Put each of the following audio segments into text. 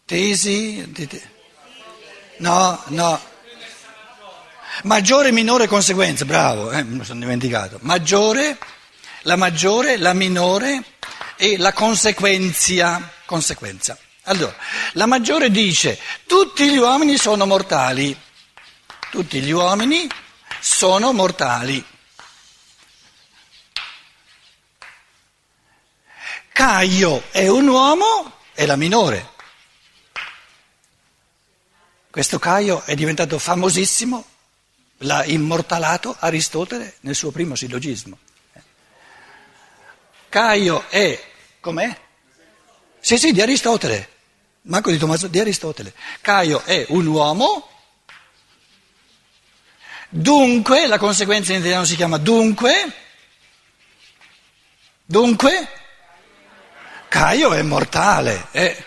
Tesi? No, no. Maggiore e minore conseguenza, bravo, mi sono dimenticato. Maggiore, la minore e la conseguenza. Allora, la maggiore dice: tutti gli uomini sono mortali. Tutti gli uomini sono mortali. Caio è un uomo, è la minore. Questo Caio è diventato famosissimo, l'ha immortalato Aristotele nel suo primo sillogismo. Caio è, com'è? Sì, di Aristotele, manco di Tommaso, di Aristotele. Caio è un uomo, dunque, la conseguenza in italiano si chiama dunque, Caio è mortale,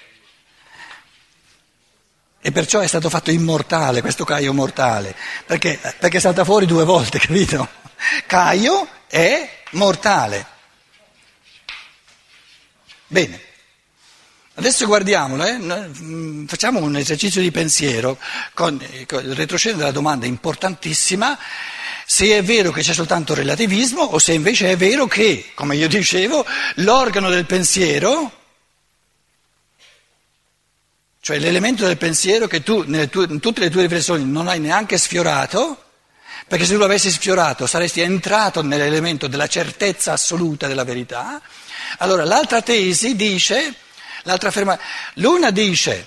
E perciò è stato fatto immortale questo Caio mortale, perché è salta fuori 2 volte, capito? Caio è mortale. Bene, adesso guardiamolo, facciamo un esercizio di pensiero con il retroscena della domanda importantissima, se è vero che c'è soltanto relativismo o se invece è vero che, come io dicevo, l'organo del pensiero, cioè l'elemento del pensiero che tu in tutte le tue riflessioni non hai neanche sfiorato, perché se tu l'avessi sfiorato saresti entrato nell'elemento della certezza assoluta della verità. Allora l'altra tesi dice, l'una dice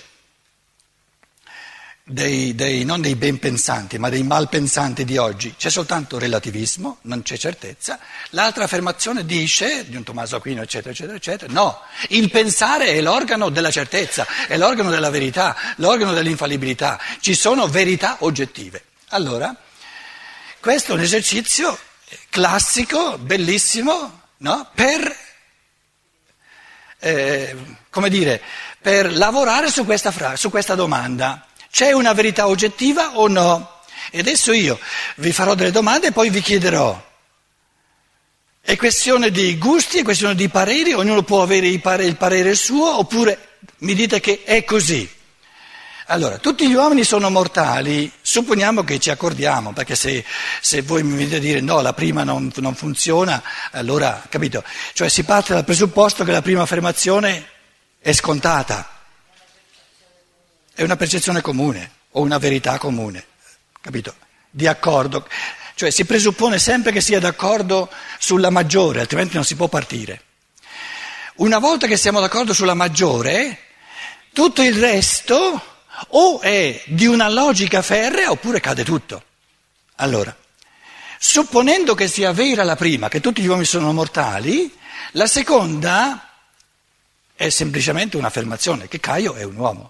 non dei ben pensanti ma dei malpensanti di oggi, c'è soltanto relativismo, non c'è certezza. L'altra affermazione dice, di un Tommaso Aquino eccetera, no, il pensare è l'organo della certezza, è l'organo della verità, l'organo dell'infallibilità, ci sono verità oggettive. Allora, questo è un esercizio classico, bellissimo, no? Per lavorare su questa domanda. C'è una verità oggettiva o no? E adesso io vi farò delle domande e poi vi chiederò. È questione di gusti, è questione di pareri, ognuno può avere il parere suo, oppure mi dite che è così. Allora, tutti gli uomini sono mortali, supponiamo che ci accordiamo, perché se voi mi venite a dire no, la prima non funziona, allora, capito? Cioè si parte dal presupposto che la prima affermazione è scontata. È una percezione comune o una verità comune, capito? Di accordo, cioè si presuppone sempre che sia d'accordo sulla maggiore, altrimenti non si può partire. Una volta che siamo d'accordo sulla maggiore, tutto il resto o è di una logica ferrea oppure cade tutto. Allora, supponendo che sia vera la prima, che tutti gli uomini sono mortali, la seconda è semplicemente un'affermazione, che Caio è un uomo.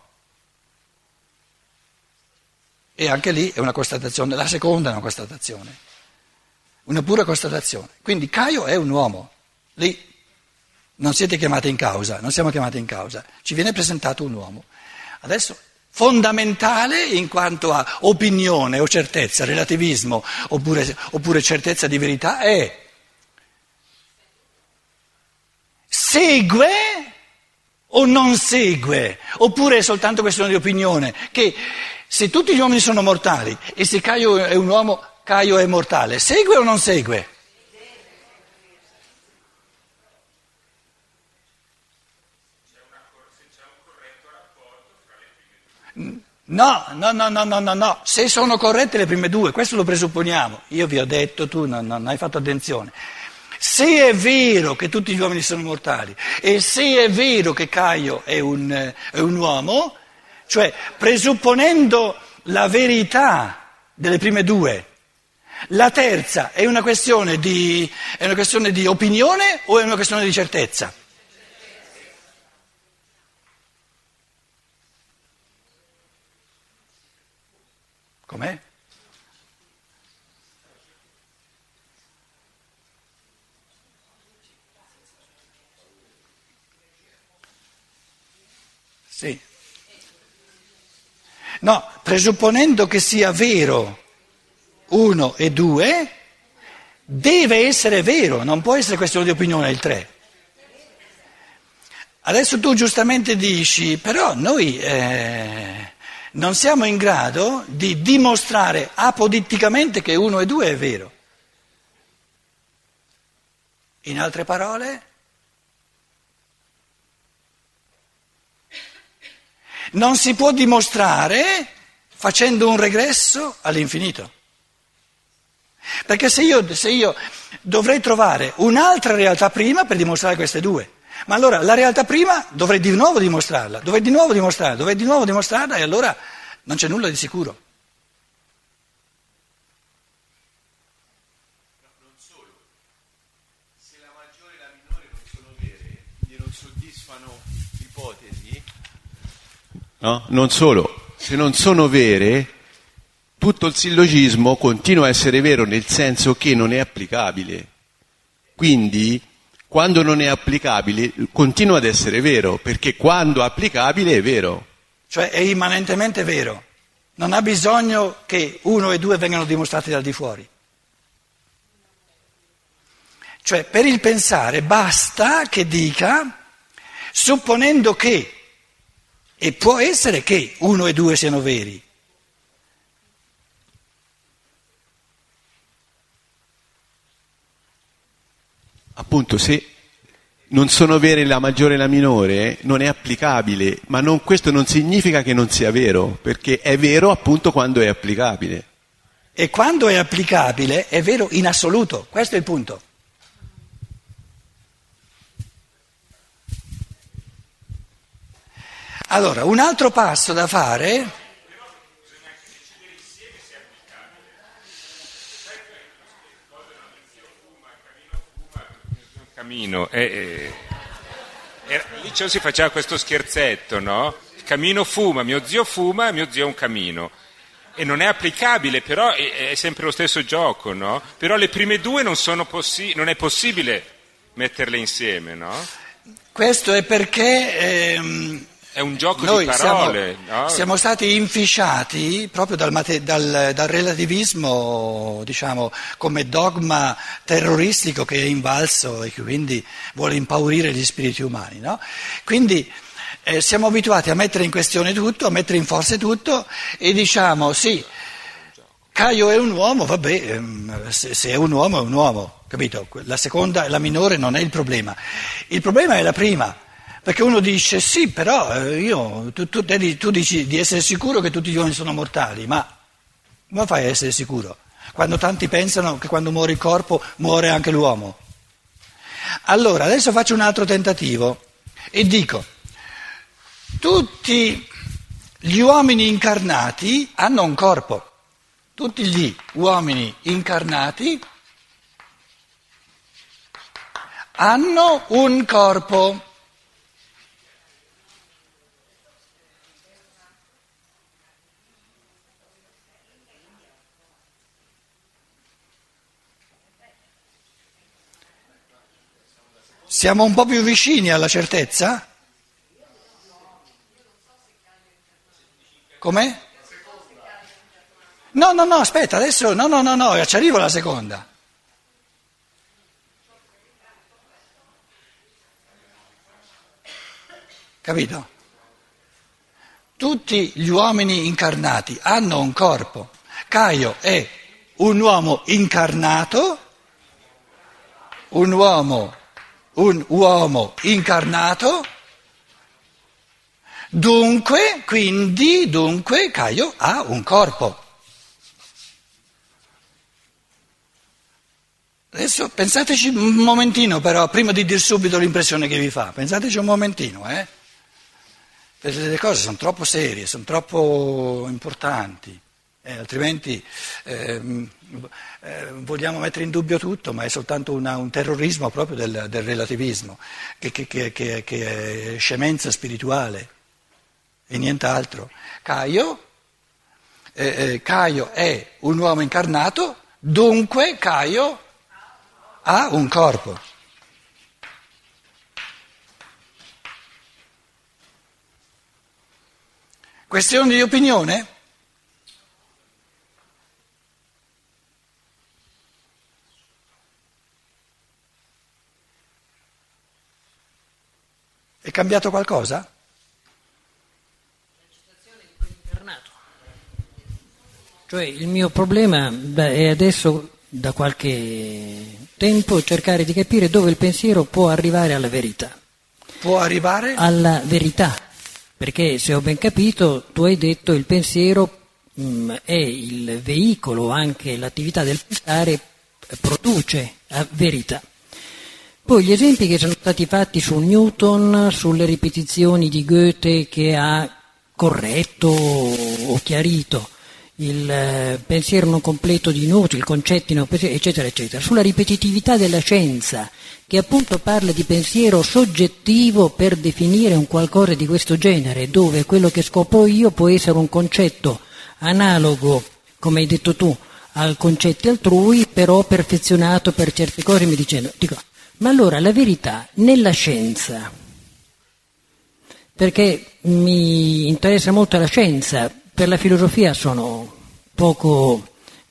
E anche lì è una constatazione, la seconda è una constatazione, una pura constatazione. Quindi Caio è un uomo, lì non siete chiamati in causa, non siamo chiamati in causa, ci viene presentato un uomo. Adesso, fondamentale in quanto a opinione o certezza, relativismo oppure certezza di verità è: segue o non segue, oppure è soltanto questione di opinione, che se tutti gli uomini sono mortali e se Caio è un uomo, Caio è mortale, segue o non segue? No, se sono corrette le prime 2, questo lo presupponiamo, io vi ho detto, tu non hai fatto attenzione. Se è vero che tutti gli uomini sono mortali e se è vero che Caio è un uomo, cioè presupponendo la verità delle prime 2, la terza è una questione di opinione o è una questione di certezza? Com'è? Sì. No, presupponendo che sia vero 1 e 2, deve essere vero, non può essere questione di opinione il 3. Adesso tu giustamente dici, però noi non siamo in grado di dimostrare apoditticamente che 1 e 2 è vero. In altre parole, non si può dimostrare facendo un regresso all'infinito. Perché se io dovrei trovare un'altra realtà prima per dimostrare queste due, ma allora la realtà prima dovrei di nuovo dimostrarla, dovrei di nuovo dimostrarla e allora non c'è nulla di sicuro. Non solo, se la maggiore e la minore non sono vere e non soddisfano l'ipotesi, no? Non solo, se non sono vere, tutto il sillogismo continua a essere vero nel senso che non è applicabile. Quindi, quando non è applicabile, continua ad essere vero, perché quando è applicabile è vero. Cioè è immanentemente vero, non ha bisogno che 1 e 2 vengano dimostrati dal di fuori. Cioè per il pensare basta che dica, supponendo che, e può essere che 1 e 2 siano veri. Appunto, se non sono vere la maggiore e la minore, non è applicabile, ma questo non significa che non sia vero, perché è vero appunto quando è applicabile. E quando è applicabile è vero in assoluto, questo è il punto. Allora, un altro passo da fare... Camino lì si faceva questo scherzetto, no? Il camino fuma, mio zio è un camino, e non è applicabile, però è sempre lo stesso gioco, no? Però le prime due non è possibile metterle insieme, no? Questo è perché è un gioco noi di parole, siamo stati inficiati proprio dal relativismo, diciamo, come dogma terroristico che è invalso e che quindi vuole impaurire gli spiriti umani, no? Quindi siamo abituati a mettere in questione tutto, a mettere in forza tutto e diciamo sì, Caio è un uomo, vabbè, se è un uomo, capito? La seconda, la minore non è il problema è la prima. Perché uno dice sì, però tu dici di essere sicuro che tutti gli uomini sono mortali, ma come fai a essere sicuro? Quando tanti pensano che quando muore il corpo muore anche l'uomo. Allora, adesso faccio un altro tentativo e dico, tutti gli uomini incarnati hanno un corpo, tutti gli uomini incarnati hanno un corpo. Siamo un po' più vicini alla certezza? Com'è? No, aspetta, adesso no, ci arrivo alla seconda. Capito? Tutti gli uomini incarnati hanno un corpo. Caio è un uomo incarnato, un uomo incarnato, dunque Caio ha un corpo. Adesso pensateci un momentino però, prima di dir subito l'impressione che vi fa, pensateci un momentino, perché le cose sono troppo serie, sono troppo importanti, altrimenti vogliamo mettere in dubbio tutto, ma è soltanto un terrorismo proprio del relativismo, che è scemenza spirituale e nient'altro. Caio è un uomo incarnato, dunque Caio ha un corpo. Questione di opinione? cambiato qualcosa? Cioè il mio problema è adesso, da qualche tempo, cercare di capire dove il pensiero può arrivare alla verità. Può arrivare? Alla verità, perché se ho ben capito, tu hai detto il pensiero è il veicolo, anche l'attività del pensare produce verità. Poi gli esempi che sono stati fatti su Newton, sulle ripetizioni di Goethe che ha corretto o chiarito il pensiero non completo di Newton, il concetto non pensiero, eccetera, eccetera, sulla ripetitività della scienza, che appunto parla di pensiero soggettivo per definire un qualcosa di questo genere, dove quello che scopro io può essere un concetto analogo, come hai detto tu, al concetto altrui, però perfezionato per certe cose, mi dicendo, dico, ma allora la verità nella scienza, perché mi interessa molto la scienza, per la filosofia sono poco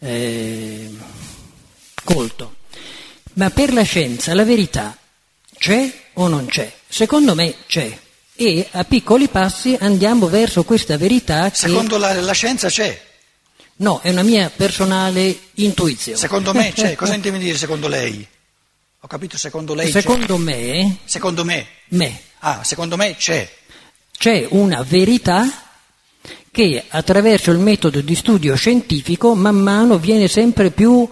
colto, ma per la scienza la verità c'è o non c'è? Secondo me c'è, e a piccoli passi andiamo verso questa verità che... Secondo la scienza c'è? No, è una mia personale intuizione. Secondo me c'è, cosa intendi dire secondo lei? Ho capito, secondo lei secondo c'è? Me... Secondo me? Secondo me c'è. C'è una verità che attraverso il metodo di studio scientifico man mano viene sempre più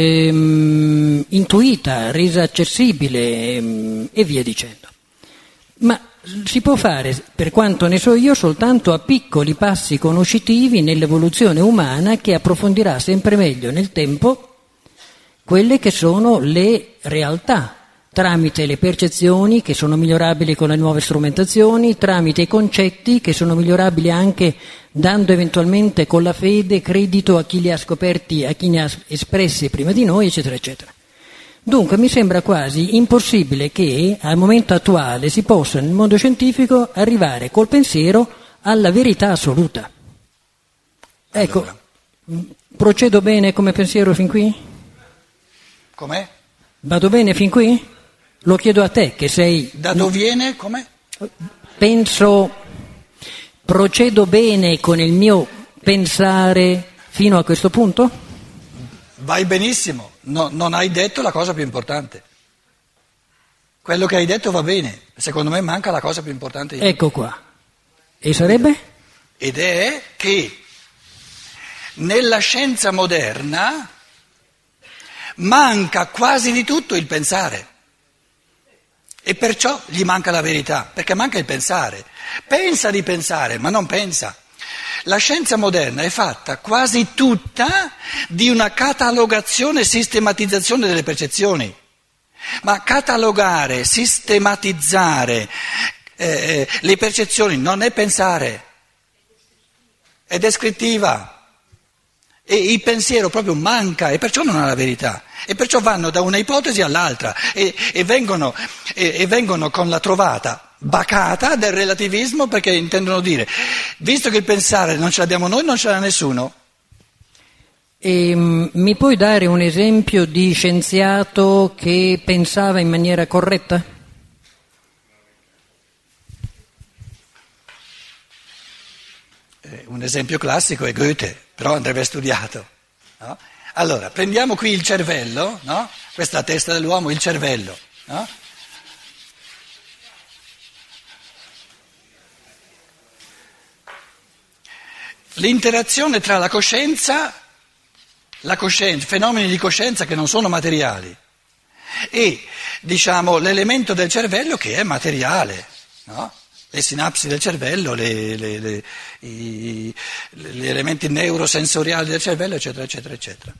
intuita, resa accessibile e via dicendo. Ma si può fare, per quanto ne so io, soltanto a piccoli passi conoscitivi nell'evoluzione umana che approfondirà sempre meglio nel tempo quelle che sono le realtà, tramite le percezioni che sono migliorabili con le nuove strumentazioni, tramite i concetti che sono migliorabili anche dando eventualmente con la fede credito a chi li ha scoperti, a chi ne ha espressi prima di noi, eccetera, eccetera. Dunque mi sembra quasi impossibile che al momento attuale si possa nel mondo scientifico arrivare col pensiero alla verità assoluta. Ecco, allora. Procedo bene come pensiero fin qui? Com'è? Vado bene fin qui? Lo chiedo a te che sei... Da dove viene? Com'è? Penso, procedo bene con il mio pensare fino a questo punto? Vai benissimo, non hai detto la cosa più importante. Quello che hai detto va bene, secondo me manca la cosa più importante. Ecco qua. E sarebbe? Ed è che nella scienza moderna manca quasi di tutto il pensare. E perciò gli manca la verità, perché manca il pensare. Pensa di pensare, ma non pensa. La scienza moderna è fatta quasi tutta di una catalogazione e sistematizzazione delle percezioni. Ma catalogare, sistematizzare le percezioni non è pensare, è descrittiva. E il pensiero proprio manca e perciò non ha la verità. E perciò vanno da una ipotesi all'altra e vengono con la trovata bacata del relativismo, perché intendono dire, visto che il pensare non ce l'abbiamo noi, non ce l'ha nessuno. E, mi puoi dare un esempio di scienziato che pensava in maniera corretta? Un esempio classico è Goethe, però andrebbe studiato. No? Allora, prendiamo qui il cervello, no? Questa è la testa dell'uomo, il cervello. No? L'interazione tra la coscienza, fenomeni di coscienza che non sono materiali, e diciamo l'elemento del cervello che è materiale, no? Le sinapsi del cervello, gli elementi neurosensoriali del cervello, eccetera, eccetera, eccetera.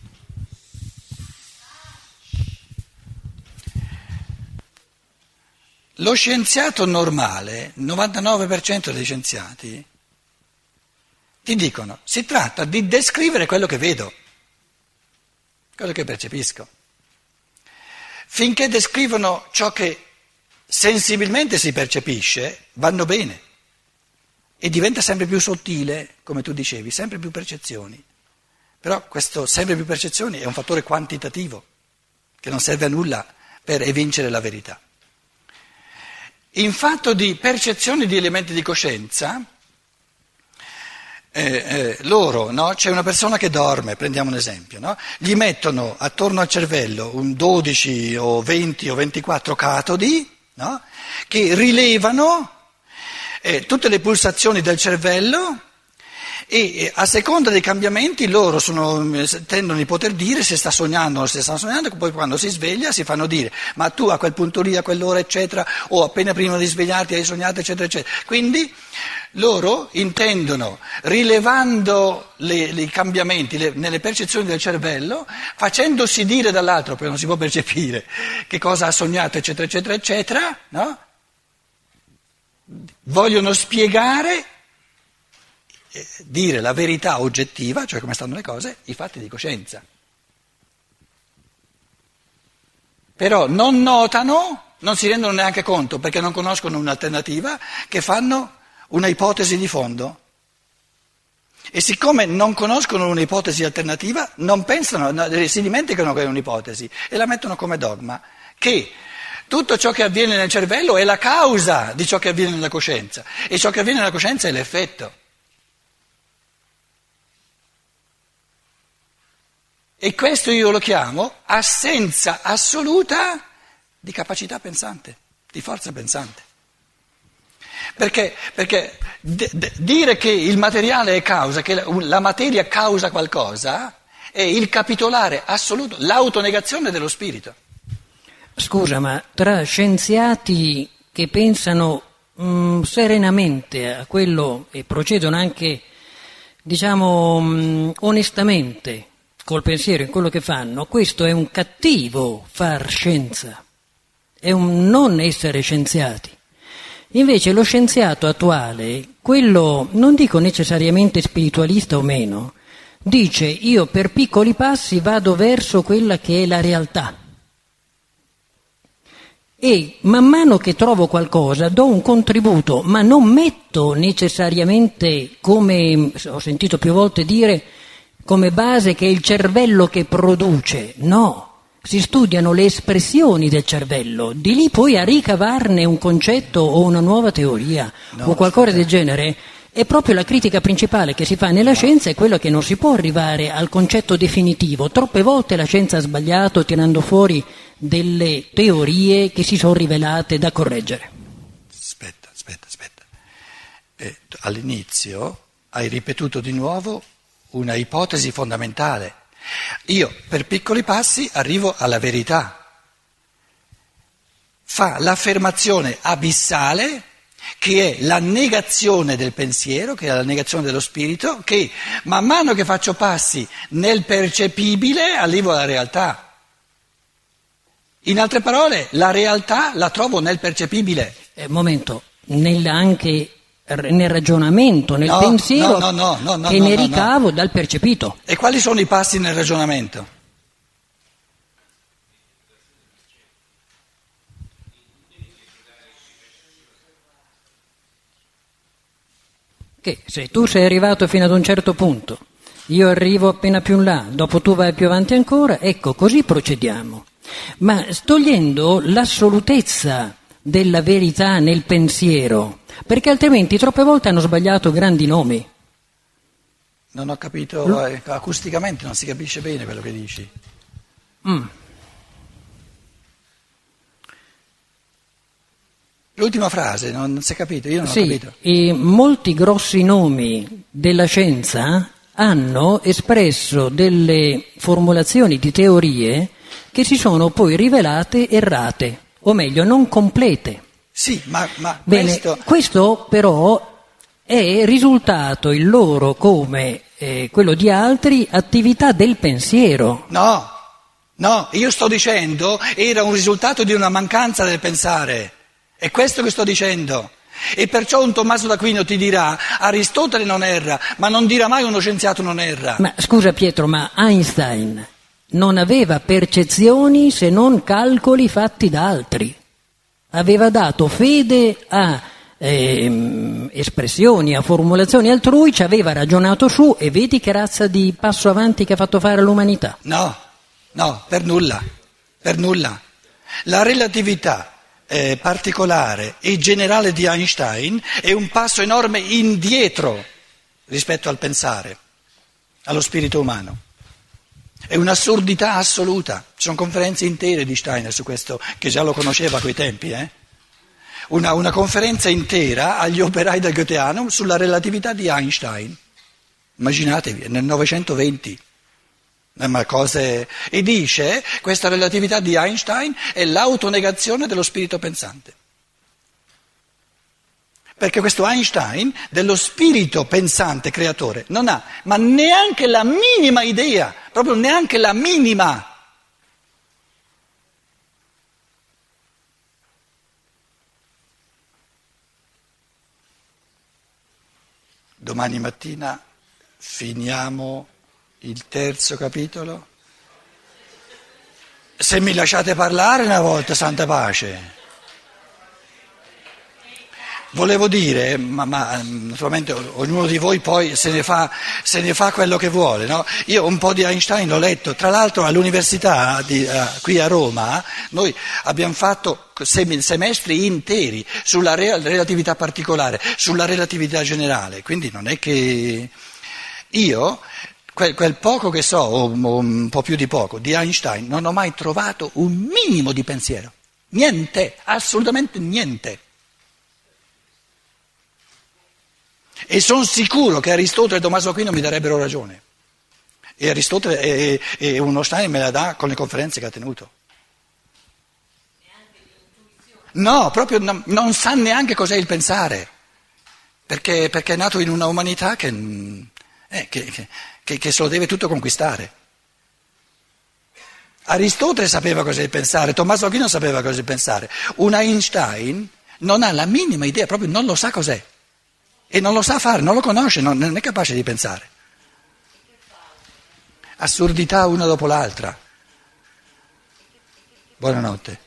Lo scienziato normale, il 99% degli scienziati, ti dicono, si tratta di descrivere quello che vedo, quello che percepisco. Finché descrivono ciò che sensibilmente si percepisce, vanno bene e diventa sempre più sottile, come tu dicevi, sempre più percezioni. Però questo sempre più percezioni è un fattore quantitativo che non serve a nulla per evincere la verità. in fatto di percezione di elementi di coscienza, loro, no? C'è una persona che dorme, prendiamo un esempio, no? Gli mettono attorno al cervello un 12 o 20 o 24 catodi, no? Che rilevano tutte le pulsazioni del cervello e a seconda dei cambiamenti loro tendono di poter dire se sta sognando o se sta sognando, poi quando si sveglia si fanno dire ma tu a quel punto lì, a quell'ora eccetera, o appena prima di svegliarti hai sognato eccetera eccetera. Quindi loro intendono, rilevando i cambiamenti nelle percezioni del cervello, facendosi dire dall'altro, perché non si può percepire che cosa ha sognato eccetera eccetera eccetera, no? Vogliono spiegare, dire la verità oggettiva, cioè come stanno le cose, i fatti di coscienza. Però non notano, non si rendono neanche conto, perché non conoscono un'alternativa, che fanno una ipotesi di fondo. E siccome non conoscono un'ipotesi alternativa, non pensano, si dimenticano che è un'ipotesi e la mettono come dogma, che tutto ciò che avviene nel cervello è la causa di ciò che avviene nella coscienza e ciò che avviene nella coscienza è l'effetto. E questo io lo chiamo assenza assoluta di capacità pensante, di forza pensante. Perché dire che il materiale è causa, che la materia causa qualcosa, è il capitolare assoluto, l'autonegazione dello spirito. Scusa, ma tra scienziati che pensano serenamente a quello e procedono anche, diciamo, onestamente col pensiero in quello che fanno, questo è un cattivo far scienza, è un non essere scienziati. Invece lo scienziato attuale, quello non dico necessariamente spiritualista o meno, dice io per piccoli passi vado verso quella che è la realtà e man mano che trovo qualcosa do un contributo, ma non metto necessariamente, come ho sentito più volte dire, come base che è il cervello che produce, no. Si studiano le espressioni del cervello, di lì poi a ricavarne un concetto o una nuova teoria o qualcosa del genere. È proprio la critica principale che si fa nella scienza, è quella che non si può arrivare al concetto definitivo. Troppe volte la scienza ha sbagliato tirando fuori delle teorie che si sono rivelate da correggere. Aspetta. All'inizio hai ripetuto di nuovo una ipotesi fondamentale. Io per piccoli passi arrivo alla verità. Fa l'affermazione abissale che è la negazione del pensiero, che è la negazione dello spirito, che man mano che faccio passi nel percepibile arrivo alla realtà. In altre parole, la realtà la trovo nel percepibile. Momento, anche nel ragionamento, nel pensiero, che ne ricavo dal percepito. E quali sono i passi nel ragionamento? Che se tu sei arrivato fino ad un certo punto, io arrivo appena più in là, dopo tu vai più avanti ancora, ecco, così procediamo. Ma togliendo l'assolutezza della verità nel pensiero, perché altrimenti troppe volte hanno sbagliato grandi nomi. Non ho capito, acusticamente non si capisce bene quello che dici. L'ultima frase, non si è capito, io non ho capito. E molti grossi nomi della scienza hanno espresso delle formulazioni di teorie che si sono poi rivelate errate, o meglio, non complete. Sì, ma bene, questo però è risultato il loro, come quello di altri, attività del pensiero. No, io sto dicendo era un risultato di una mancanza del pensare. È questo che sto dicendo. E perciò un Tommaso d'Aquino ti dirà Aristotele non erra, ma non dirà mai uno scienziato non erra. Ma scusa Pietro, ma Einstein non aveva percezioni se non calcoli fatti da altri. Aveva dato fede a espressioni, a formulazioni altrui, ci aveva ragionato su e vedi che razza di passo avanti che ha fatto fare all'umanità. No, per nulla. La relatività particolare e generale di Einstein è un passo enorme indietro rispetto al pensare, allo spirito umano. È un'assurdità assoluta. Ci sono conferenze intere di Steiner su questo, che già lo conosceva a quei tempi. Una conferenza intera agli operai del Goetheanum sulla relatività di Einstein. Immaginatevi, nel 920. E dice questa relatività di Einstein è l'autonegazione dello spirito pensante. Perché questo Einstein dello spirito pensante creatore non ha, ma neanche la minima idea, proprio neanche la minima. Domani mattina finiamo il terzo capitolo. Se mi lasciate parlare una volta, santa pace. Volevo dire, ma naturalmente ognuno di voi poi se ne fa quello che vuole, no? Io un po' di Einstein l'ho letto, tra l'altro all'università qui a Roma noi abbiamo fatto semestri interi sulla relatività particolare, sulla relatività generale, quindi non è che io quel poco che so, o un po' più di poco, di Einstein, non ho mai trovato un minimo di pensiero, niente, assolutamente niente. E sono sicuro che Aristotele e Tommaso Aquino mi darebbero ragione. E Aristotele e uno Stein me la dà con le conferenze che ha tenuto. No, proprio non sa neanche cos'è il pensare, perché è nato in una umanità che se lo deve tutto conquistare. Aristotele sapeva cos'è il pensare, Tommaso Aquino sapeva cos'è il pensare. Un Einstein non ha la minima idea, proprio non lo sa cos'è. E non lo sa fare, non lo conosce, non è capace di pensare. Assurdità una dopo l'altra. Buonanotte.